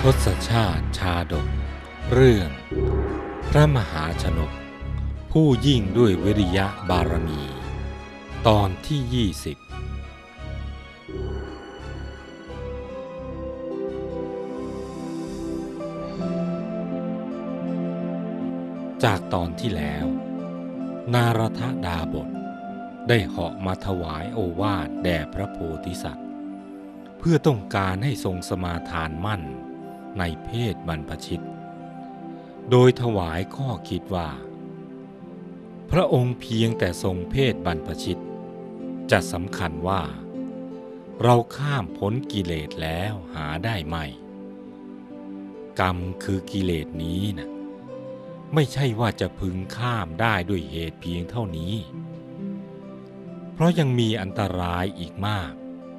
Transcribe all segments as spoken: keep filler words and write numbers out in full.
ศชาติชาดกเรื่องพระมหาชนกผู้ยิ่งด้วยวิริยะบารมีตอนที่ยี่สิบจากตอนที่แล้วนารถดาบสได้เหาะมาถวายโอวาทแด่พระโพธิสัตว์เพื่อต้องการให้ทรงสมาทานมั่นในเพศบรรพชิตโดยถวายข้อคิดว่าพระองค์เพียงแต่ทรงเพศบรรพชิตจะสำคัญว่าเราข้ามพ้นกิเลสแล้วหาได้ไหมกรรมคือกิเลสนี้นะไม่ใช่ว่าจะพึงข้ามได้ด้วยเหตุเพียงเท่านี้เพราะยังมีอันตรายอีกมาก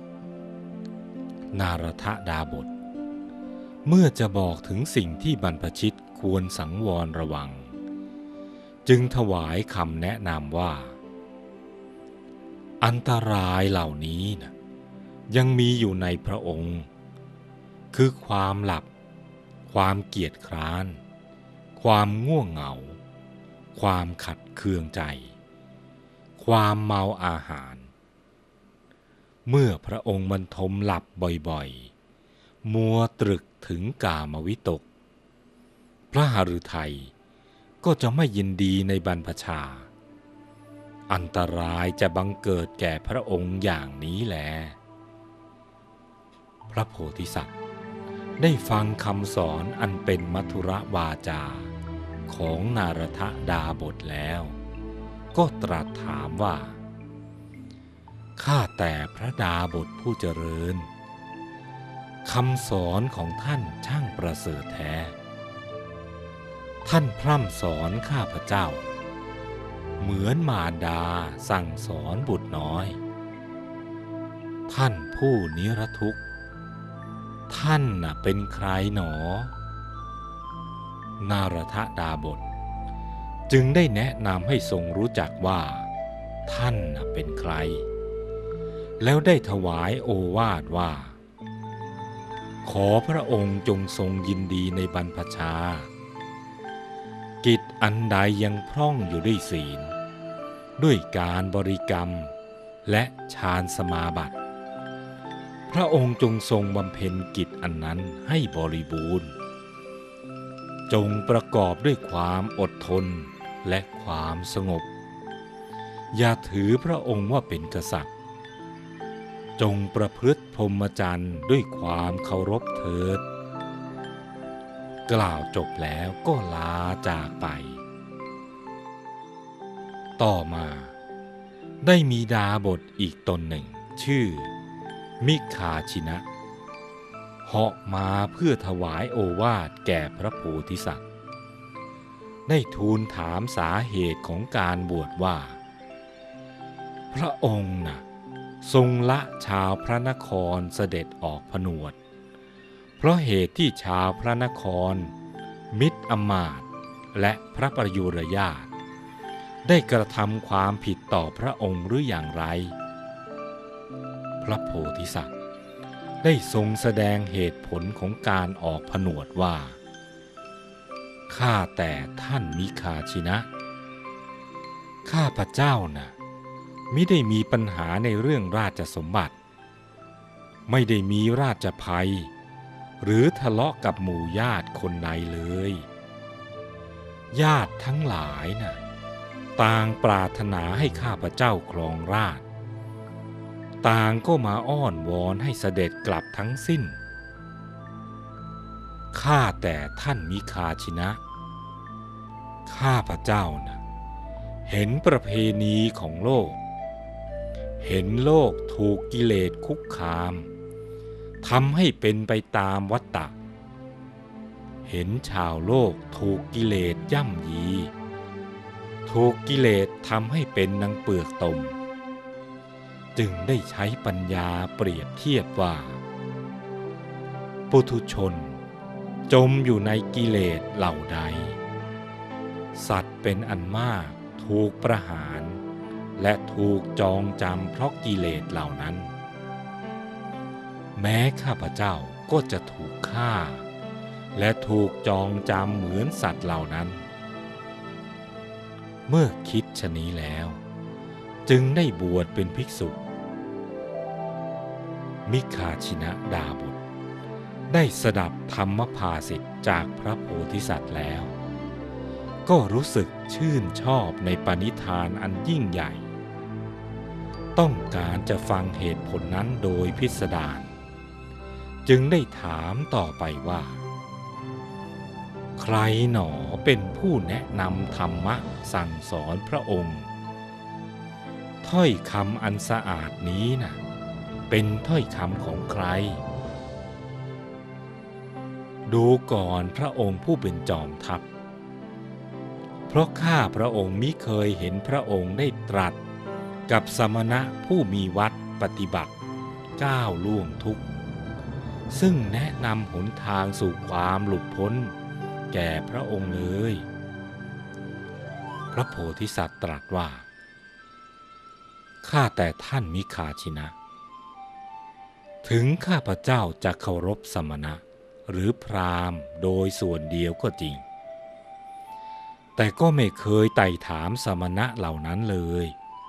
นารถดาบสเมื่อจะบอกถึงสิ่งที่บรรพชิตควรสังวรระวังจึงถวายคำแนะนำว่าอันตรายเหล่านี้นะยังมีอยู่ในพระองค์คือความหลับความเกียจคร้านความง่วงเหงาความขัดเคืองใจความเมาอาหารเมื่อพระองค์บรรทมหลับบ่อยๆมัวตรึกถึงกามวิตกพระหฤทัยก็จะไม่ยินดีในบรรพชาอันตรายจะบังเกิดแก่พระองค์อย่างนี้แลพระโพธิสัตว์ได้ฟังคำสอนอันเป็นมัทุรวาจาของนารถดาบสแล้วก็ตรัสถามว่าข้าแต่พระดาบสผู้เจริญคำสอนของท่านช่างประเสริฐแท้ท่านพร่ำสอนข้าพเจ้าเหมือนมารดาสั่งสอนบุตรน้อยท่านผู้นิรทุกข์ท่านน่ะเป็นใครหนอนารถดาบสจึงได้แนะนำให้ทรงรู้จักว่าท่านน่ะเป็นใครแล้วได้ถวายโอวาทว่าขอพระองค์จงทรงยินดีในบรรพชากิจอันใดยังพร่องอยู่ด้วยศีลด้วยการบริกรรมและฌานสมาบัติพระองค์จงทรงบำเพ็ญกิจอันนั้นให้บริบูรณ์จงประกอบด้วยความอดทนและความสงบอย่าถือพระองค์ว่าเป็นกษัตริย์จงประพฤติพรหมจรรย์ด้วยความเคารพเถิดกล่าวจบแล้วก็ลาจากไปต่อมาได้มีดาบสอีกตนหนึ่งชื่อมิคาชินะเหาะมาเพื่อถวายโอวาทแก่พระโพธิสัตว์ได้ทูลถามสาเหตุของการบวชว่าพระองค์น่ะทรงละชาวพระนครเสด็จออกผนวดเพราะเหตุที่ชาวพระนครมิตรอมาตย์และพระประยุรญาติได้กระทำความผิดต่อพระองค์หรืออย่างไรพระโพธิสัตว์ได้ทรงแสดงเหตุผลของการออกผนวดว่าข้าแต่ท่านมิคาชินะข้าพระเจ้าน่ะมิได้มีปัญหาในเรื่องราชสมบัติไม่ได้มีราชภัยหรือทะเลาะกับหมู่ญาติคนใดเลยญาติทั้งหลายน่ะต่างปรารถนาให้ข้าพเจ้าครองราชย์ต่างก็มาอ้อนวอนให้เสด็จกลับทั้งสิ้นข้าแต่ท่านมิคาชินะข้าพเจ้าน่ะเห็นประเพณีของโลกเห็นโลกถูกกิเลสคุกคามทำให้เป็นไปตามวัฏฏะเห็นชาวโลกถูกกิเลสย่ำยีถูกกิเลสทำให้เป็นนางเปลือกตมจึงได้ใช้ปัญญาเปรียบเทียบว่าปุถุชนจมอยู่ในกิเลสเหล่าใดสัตว์เป็นอันมากถูกประหารและถูกจองจำเพราะกิเลสเหล่านั้นแม้ข้าพเจ้าก็จะถูกฆ่าและถูกจองจำเหมือนสัตว์เหล่านั้นเมื่อคิดชะนี้แล้วจึงได้บวชเป็นภิกษุมิคาชินะดาบทได้สดับธรรมภาสิทธิ์จากพระโพธิสัตว์แล้วก็รู้สึกชื่นชอบในปณิธานอันยิ่งใหญ่ต้องการจะฟังเหตุผลนั้นโดยพิสดารจึงได้ถามต่อไปว่าใครหนอเป็นผู้แนะนำธรรมะสั่งสอนพระองค์ถ้อยคำอันสะอาดนี้น่ะเป็นถ้อยคำของใครดูก่อนพระองค์ผู้เป็นจอมทัพเพราะข้าพระองค์มิเคยเห็นพระองค์ได้ตรัสกับสมณะผู้มีวัดปฏิบัติก้าวล่วงทุกข์ซึ่งแนะนำหนทางสู่ความหลุดพ้นแก่พระองค์เลยพระโพธิสัตว์ตรัสว่าข้าแต่ท่านมิคาชินะถึงข้าพเจ้าจะเคารพสมณะหรือพราหมณ์โดยส่วนเดียวก็จริงแต่ก็ไม่เคยไต่ถามสมณะเหล่านั้นเลย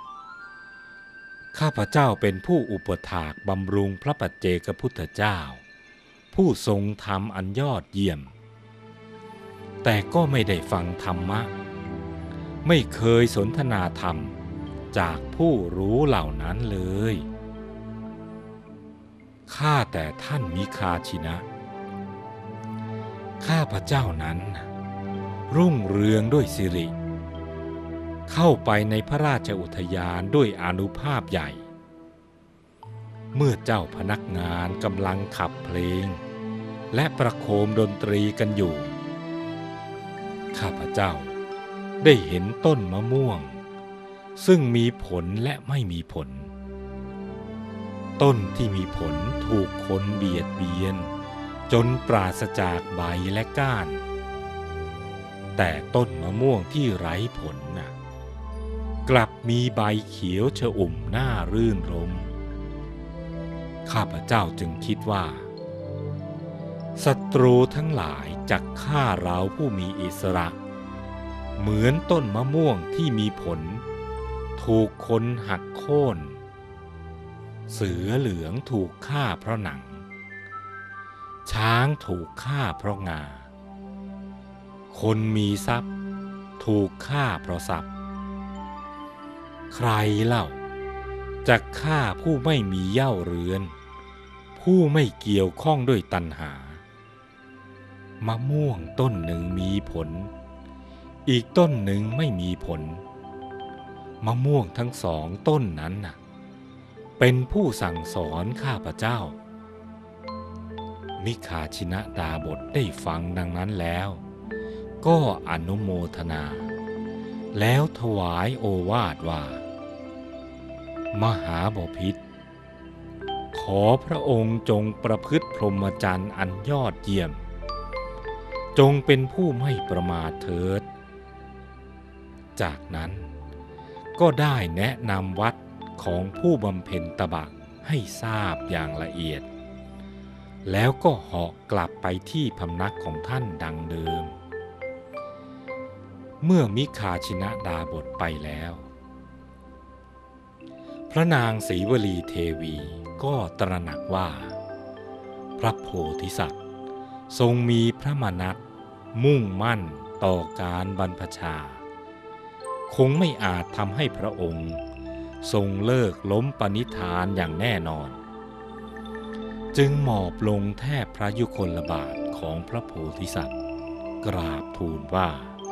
ข้าพเจ้าเป็นผู้อุปถากบำรุงพระปัจเจกพุทธเจ้าผู้ทรงธรรมอันยอดเยี่ยมแต่ก็ไม่ได้ฟังธรรมะไม่เคยสนทนาธรรมจากผู้รู้เหล่านั้นเลยข้าแต่ท่านมิคาชินะข้าพเจ้านั้นรุ่งเรืองด้วยสิริเข้าไปในพระราชอุทยานด้วยอานุภาพใหญ่เมื่อเจ้าพนักงานกำลังขับเพลงและประโคมดนตรีกันอยู่ข้าพเจ้าได้เห็นต้นมะม่วงซึ่งมีผลและไม่มีผลต้นที่มีผลถูกคนเบียดเบียนจนปราศจากใบและก้านแต่ต้นมะม่วงที่ไร้ผลน่ะกลับมีใบเขียวชอุ่มน่ารื่นรมข้าพเจ้าจึงคิดว่าศัตรูทั้งหลายจักฆ่าเราผู้มีอิสระเหมือนต้นมะม่วงที่มีผลถูกคนหักโค่นเสือเหลืองถูกฆ่าเพราะหนังช้างถูกฆ่าเพราะงาคนมีทรัพย์ถูกฆ่าเพราะทรัพย์ใครเล่าจะฆ่าผู้ไม่มีเหย้าเรือนผู้ไม่เกี่ยวข้องด้วยตัณหามะม่วงต้นหนึ่งมีผลอีกต้นหนึ่งไม่มีผลมะม่วงทั้งสองต้นนั้นน่ะเป็นผู้สั่งสอนข้าพเจ้ามิคาชินะดาบทได้ฟังดังนั้นแล้วก็อนุโมทนาแล้วถวายโอวาทว่ามหาบพิตรขอพระองค์จงประพฤติพรหมจรรย์อันยอดเยี่ยมจงเป็นผู้ไม่ประมาทเถิดจากนั้นก็ได้แนะนำวัดของผู้บำเพ็ญตบะให้ทราบอย่างละเอียดแล้วก็เหาะกลับไปที่พำนักของท่านดังเดิมเมื่อมิคาชินะดาบทไปแล้วพระนางศรีวลีเทวีก็ตระหนักว่าพระโพธิสัตว์ทรงมีพระมนัสมุ่งมั่นต่อการบรรพชาคงไม่อาจทำให้พระองค์ทรงเลิกล้มปณิธานอย่างแน่นอนจึงหมอบลงแทบพระยุคลบาทของพระโพธิสัตว์กราบทูลว่า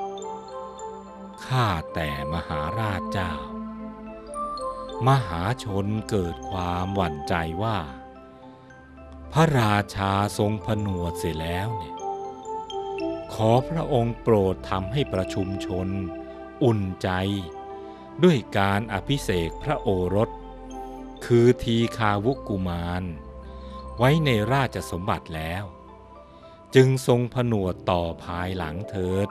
ข้าแต่มหาราชเจ้ามหาชนเกิดความหวั่นใจว่าพระราชาทรงผนวดเสียแล้วเนี่ยขอพระองค์โปรดทำให้ประชุมชนอุ่นใจด้วยการอภิเษกพระโอรสคือทีฆาวุกุมารไว้ในราชสมบัติแล้วจึงทรงผนวดต่อภายหลังเถิด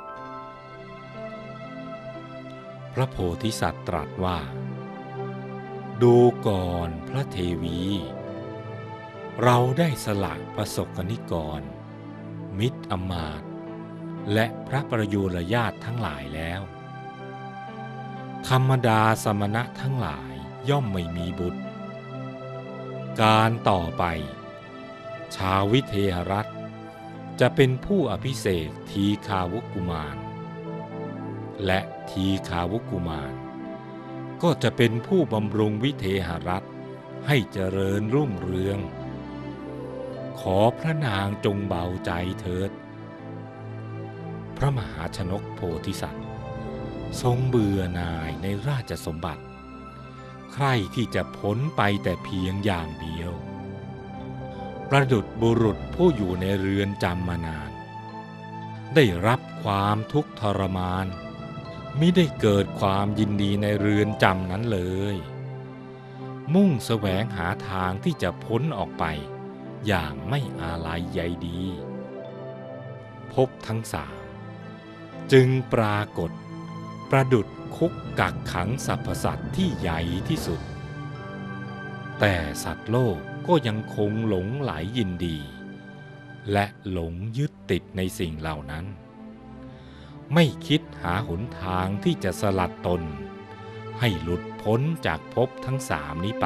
พระโพธิสัตว์ตรัสว่าดูก่อนพระเทวีเราได้สละประสบกนิกรมิตรอำมาตย์และพระประยุรญาติทั้งหลายแล้วธรรมดาสมณะทั้งหลายย่อมไม่มีบุตรการต่อไปชาววิเทหรัฐจะเป็นผู้อภิเษกทีฆาวุกุมารและทีฆาวุกุมารก็จะเป็นผู้บำรุงวิเทหรัฐให้เจริญรุ่งเรืองขอพระนางจงเบาใจเถิดพระมหาชนกโพธิสัตว์ทรงเบื่อหน่ายในราชสมบัติใคร่ที่จะพ้นไปแต่เพียงอย่างเดียวประดุจบุรุษผู้อยู่ในเรือนจำมานานได้รับความทุกข์ทรมานมิได้เกิดความยินดีในเรือนจำนั้นเลยมุ่งแสวงหาทางที่จะพ้นออกไปอย่างไม่อาลัยใยดีภพทั้งสามจึงปรากฏประดุจคุกกักขังสรรพสัตว์ที่ใหญ่ที่สุดแต่สัตว์โลกก็ยังคงหลงไหลยินดีและหลงยึดติดในสิ่งเหล่านั้นไม่คิดหาหนทางที่จะสลัดตนให้หลุดพ้นจากภพทั้งสามนี้ไป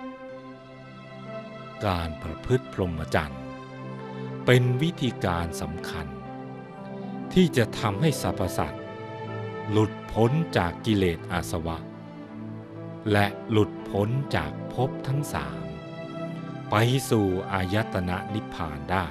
การประพฤติพรหมจรรย์เป็นวิธีการสำคัญที่จะทำให้สรรพสัตว์หลุดพ้นจากกิเลสอาสวะและหลุดพ้นจากภพทั้งสามไปสู่อายตนะนิพพานได้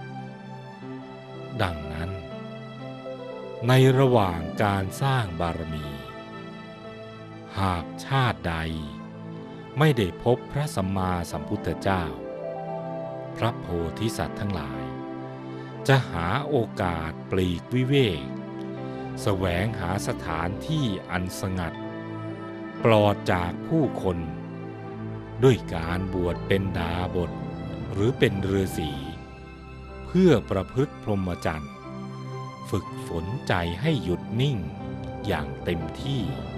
ดังนั้นในระหว่างการสร้างบารมีหากชาติใดไม่ได้พบพระสัมมาสัมพุทธเจ้าพระโพธิสัตว์ทั้งหลายจะหาโอกาสปลีกวิเวกแสวงหาสถานที่อันสงัดปลอดจากผู้คนด้วยการบวชเป็นดาบสหรือเป็นฤาษีเพื่อประพฤติพรหมจรรย์ฝึกฝนใจให้หยุดนิ่งอย่างเต็มที่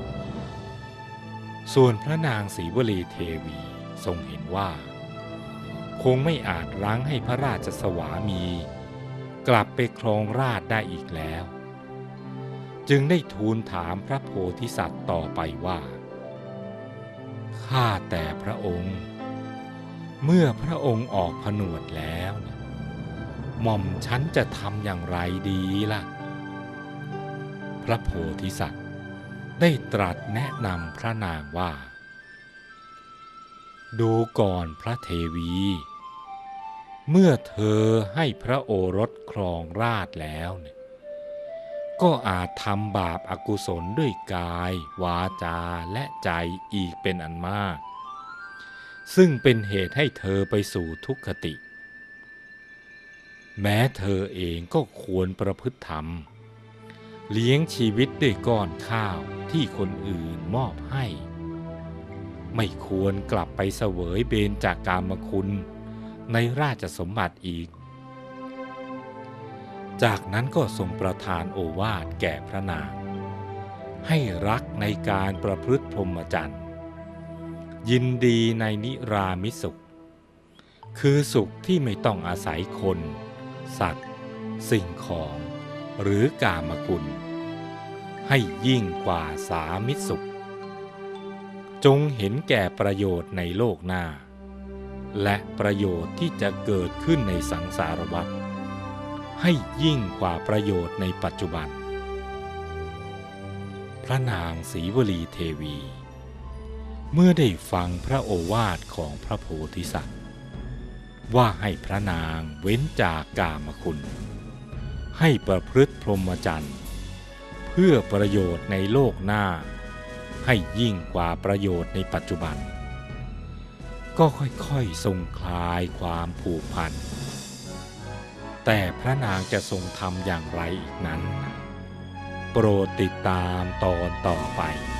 ส่วนพระนางศรีวลีเทวีทรงเห็นว่าคงไม่อาจรั้งให้พระราชสวามีกลับไปครองราชย์ได้อีกแล้วจึงได้ทูลถามพระโพธิสัตว์ต่อไปว่าข้าแต่พระองค์เมื่อพระองค์ออกผนวดแล้วหม่อมฉันจะทำอย่างไรดีล่ะพระโพธิสัตว์ได้ตรัสแนะนำพระนางว่าดูก่อนพระเทวีเมื่อเธอให้พระโอรสครองราชย์แล้วเนี่ยก็อาจทำบาปอกุศลด้วยกายวาจาและใจอีกเป็นอันมากซึ่งเป็นเหตุให้เธอไปสู่ทุกขติแม้เธอเองก็ควรประพฤติธรรมเลี้ยงชีวิตด้วยก้อนข้าวที่คนอื่นมอบให้ไม่ควรกลับไปเสวยเบญจากกามคุณในราชสมบัติอีกจากนั้นก็ทรงประทานโอวาทแก่พระนางให้รักในการประพฤติพรหมจรรย์ยินดีในนิรามิสุขคือสุขที่ไม่ต้องอาศัยคนสัตว์สิ่งของหรือกามกุลให้ยิ่งกว่าสามิตรสุขจงเห็นแก่ประโยชน์ในโลกหน้าและประโยชน์ที่จะเกิดขึ้นในสังสารวัฏให้ยิ่งกว่าประโยชน์ในปัจจุบันพระนางศรีวลีเทวีเมื่อได้ฟังพระโอวาทของพระโพธิสัตว์ว่าให้พระนางเว้นจากกามคุณให้ประพฤติพรหมจรรย์เพื่อประโยชน์ในโลกหน้าให้ยิ่งกว่าประโยชน์ในปัจจุบันก็ค่อยๆทรงคลายความผูกพันแต่พระนางจะทรงทำอย่างไรอีกนั้นโปรดติดตามตอนต่อไป